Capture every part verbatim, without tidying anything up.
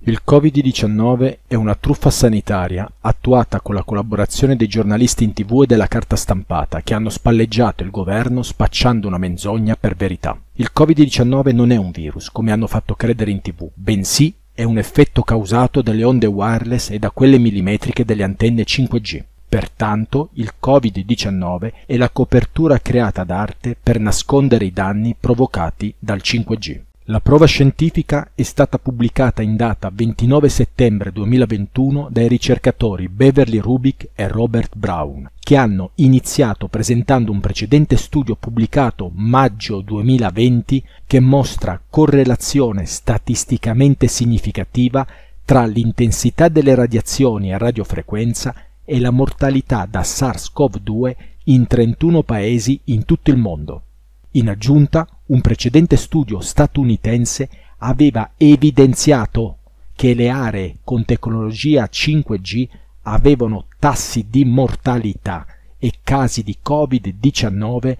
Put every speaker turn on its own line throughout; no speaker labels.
Il Covid diciannove è una truffa sanitaria attuata con la collaborazione dei giornalisti in tivù e della carta stampata che hanno spalleggiato il governo spacciando una menzogna per verità. Il Covid diciannove non è un virus, come hanno fatto credere in tivù, bensì è un effetto causato dalle onde wireless e da quelle millimetriche delle antenne cinque G. Pertanto il Covid diciannove è la copertura creata ad arte per nascondere i danni provocati dal cinque G. La prova scientifica è stata pubblicata in data ventinove settembre duemilaventuno dai ricercatori Beverly Rubik e Robert Brown, che hanno iniziato presentando un precedente studio pubblicato maggio duemilaventi che mostra correlazione statisticamente significativa tra l'intensità delle radiazioni a radiofrequenza e la mortalità da SARS-CoV due in trentuno paesi in tutto il mondo. In aggiunta, un precedente studio statunitense aveva evidenziato che le aree con tecnologia cinque G avevano tassi di mortalità e casi di Covid diciannove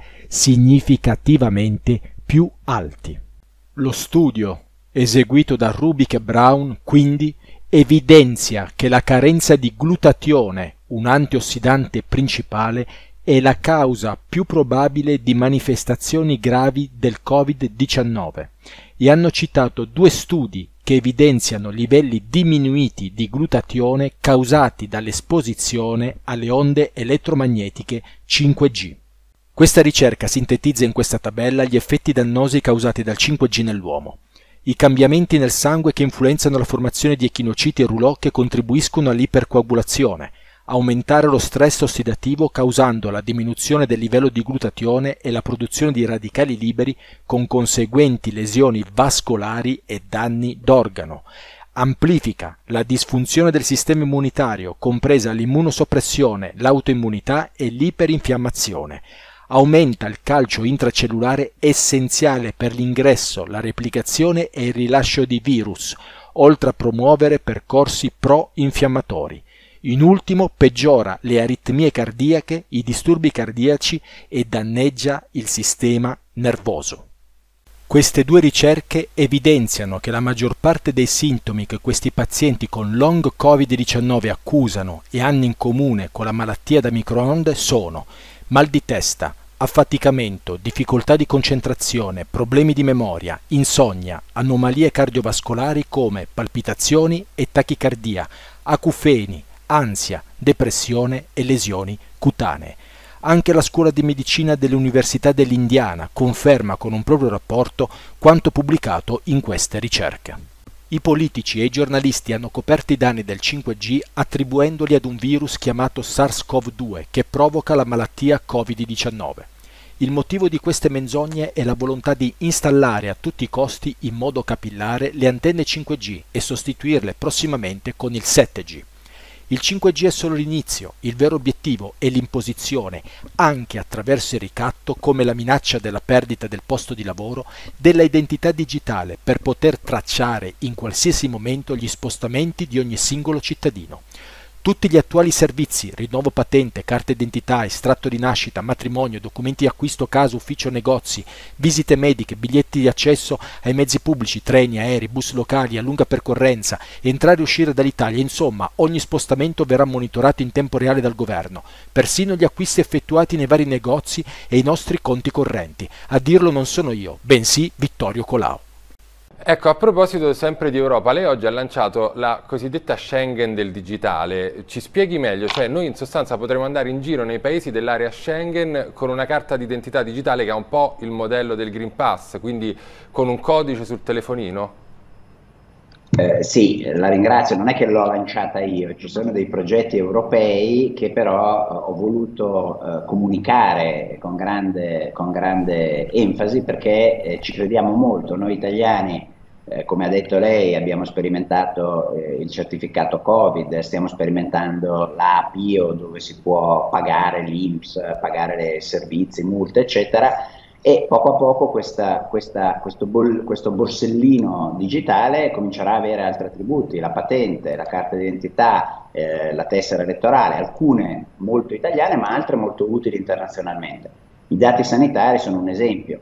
significativamente più alti. Lo studio, eseguito da Rubik e Brown, quindi, evidenzia che la carenza di glutatione, un antiossidante principale, è la causa più probabile di manifestazioni gravi del Covid diciannove e hanno citato due studi che evidenziano livelli diminuiti di glutatione causati dall'esposizione alle onde elettromagnetiche cinque G. Questa ricerca sintetizza in questa tabella gli effetti dannosi causati dal cinque G nell'uomo. I cambiamenti nel sangue che influenzano la formazione di echinociti e rouleau che contribuiscono all'ipercoagulazione, aumentare lo stress ossidativo causando la diminuzione del livello di glutatione e la produzione di radicali liberi con conseguenti lesioni vascolari e danni d'organo, amplifica la disfunzione del sistema immunitario compresa l'immunosoppressione, l'autoimmunità e l'iperinfiammazione, aumenta il calcio intracellulare essenziale per l'ingresso, la replicazione e il rilascio di virus, oltre a promuovere percorsi pro-infiammatori. In ultimo peggiora le aritmie cardiache, i disturbi cardiaci e danneggia il sistema nervoso. Queste due ricerche evidenziano che la maggior parte dei sintomi che questi pazienti con long Covid diciannove accusano e hanno in comune con la malattia da microonde sono mal di testa, affaticamento, difficoltà di concentrazione, problemi di memoria, insonnia, anomalie cardiovascolari come palpitazioni e tachicardia, acufeni, ansia, depressione e lesioni cutanee. Anche la scuola di medicina dell'Università dell'Indiana conferma con un proprio rapporto quanto pubblicato in queste ricerche. I politici e i giornalisti hanno coperto i danni del cinque G attribuendoli ad un virus chiamato SARS-CoV due che provoca la malattia Covid diciannove. Il motivo di queste menzogne è la volontà di installare a tutti i costi in modo capillare le antenne cinque G e sostituirle prossimamente con il sette G. Il cinque G è solo l'inizio, il vero obiettivo è l'imposizione, anche attraverso il ricatto come la minaccia della perdita del posto di lavoro, della identità digitale per poter tracciare in qualsiasi momento gli spostamenti di ogni singolo cittadino. Tutti gli attuali servizi, rinnovo patente, carta d'identità, estratto di nascita, matrimonio, documenti di acquisto casa, ufficio, negozi, visite mediche, biglietti di accesso ai mezzi pubblici, treni, aerei, bus locali a lunga percorrenza, entrare e uscire dall'Italia, insomma, ogni spostamento verrà monitorato in tempo reale dal governo, persino gli acquisti effettuati nei vari negozi e i nostri conti correnti. A dirlo non sono io, bensì Vittorio Colao.
Ecco, a proposito sempre di Europa, lei oggi ha lanciato la cosiddetta Schengen del digitale. Ci spieghi meglio? Cioè noi in sostanza potremo andare in giro nei paesi dell'area Schengen con una carta d'identità digitale che ha un po' il modello del Green Pass, quindi con un codice sul telefonino?
Eh, sì, la ringrazio, non è che l'ho lanciata io, ci sono dei progetti europei che però eh, ho voluto eh, comunicare con grande, con grande enfasi perché eh, ci crediamo molto, noi italiani. Eh, come ha detto lei, abbiamo sperimentato eh, il certificato Covid, stiamo sperimentando l'A P I O dove si può pagare l'I N P S, pagare i servizi, multe, eccetera, e poco a poco questa, questa, questo, bol, questo borsellino digitale comincerà a avere altri attributi, la patente, la carta d'identità, eh, la tessera elettorale, alcune molto italiane ma altre molto utili internazionalmente. I dati sanitari sono un esempio.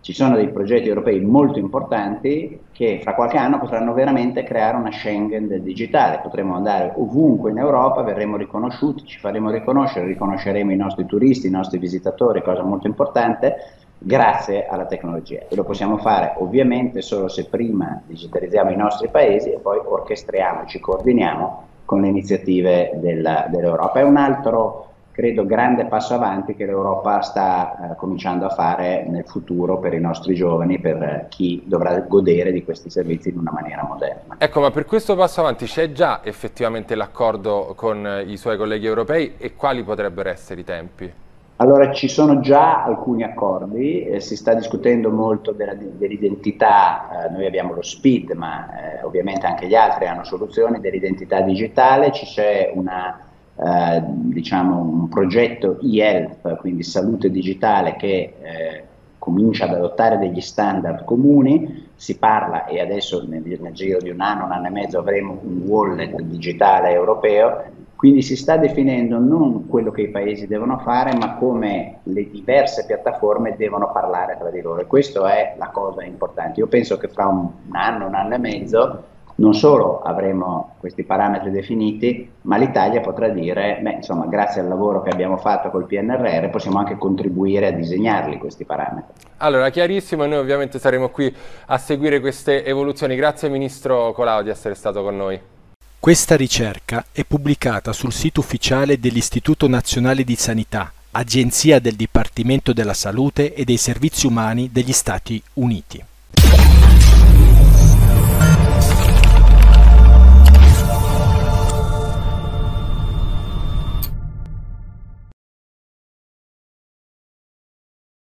Ci sono dei progetti europei molto importanti che fra qualche anno potranno veramente creare una Schengen del digitale. Potremo andare ovunque in Europa, verremo riconosciuti, ci faremo riconoscere, riconosceremo i nostri turisti, i nostri visitatori, cosa molto importante, grazie alla tecnologia. E lo possiamo fare ovviamente solo se prima digitalizziamo i nostri paesi e poi orchestriamo, ci coordiniamo con le iniziative della, dell'Europa. È un altro, credo, grande passo avanti che l'Europa sta eh, cominciando a fare nel futuro per i nostri giovani, per chi dovrà godere di questi servizi in una maniera moderna.
Ecco, ma per questo passo avanti c'è già effettivamente l'accordo con i suoi colleghi europei e quali potrebbero essere i tempi?
Allora, ci sono già alcuni accordi, eh, si sta discutendo molto dell'identità, eh, noi abbiamo lo SPID, ma eh, ovviamente anche gli altri hanno soluzioni dell'identità digitale, ci c'è una Eh, diciamo un progetto e-health, quindi salute digitale, che eh, comincia ad adottare degli standard comuni. Si parla, e adesso nel, nel giro di un anno, un anno e mezzo avremo un wallet digitale europeo, quindi si sta definendo non quello che i paesi devono fare, ma come le diverse piattaforme devono parlare tra di loro, e questa è la cosa importante. Io penso che fra un, un anno, un anno e mezzo non solo avremo questi parametri definiti, ma l'Italia potrà dire, beh, insomma, grazie al lavoro che abbiamo fatto col P N R R possiamo anche contribuire a disegnarli questi parametri.
Allora, chiarissimo, e noi ovviamente saremo qui a seguire queste evoluzioni. Grazie Ministro Colao di essere stato con noi.
Questa ricerca è pubblicata sul sito ufficiale dell'Istituto Nazionale di Sanità, agenzia del Dipartimento della Salute e dei Servizi Umani degli Stati Uniti.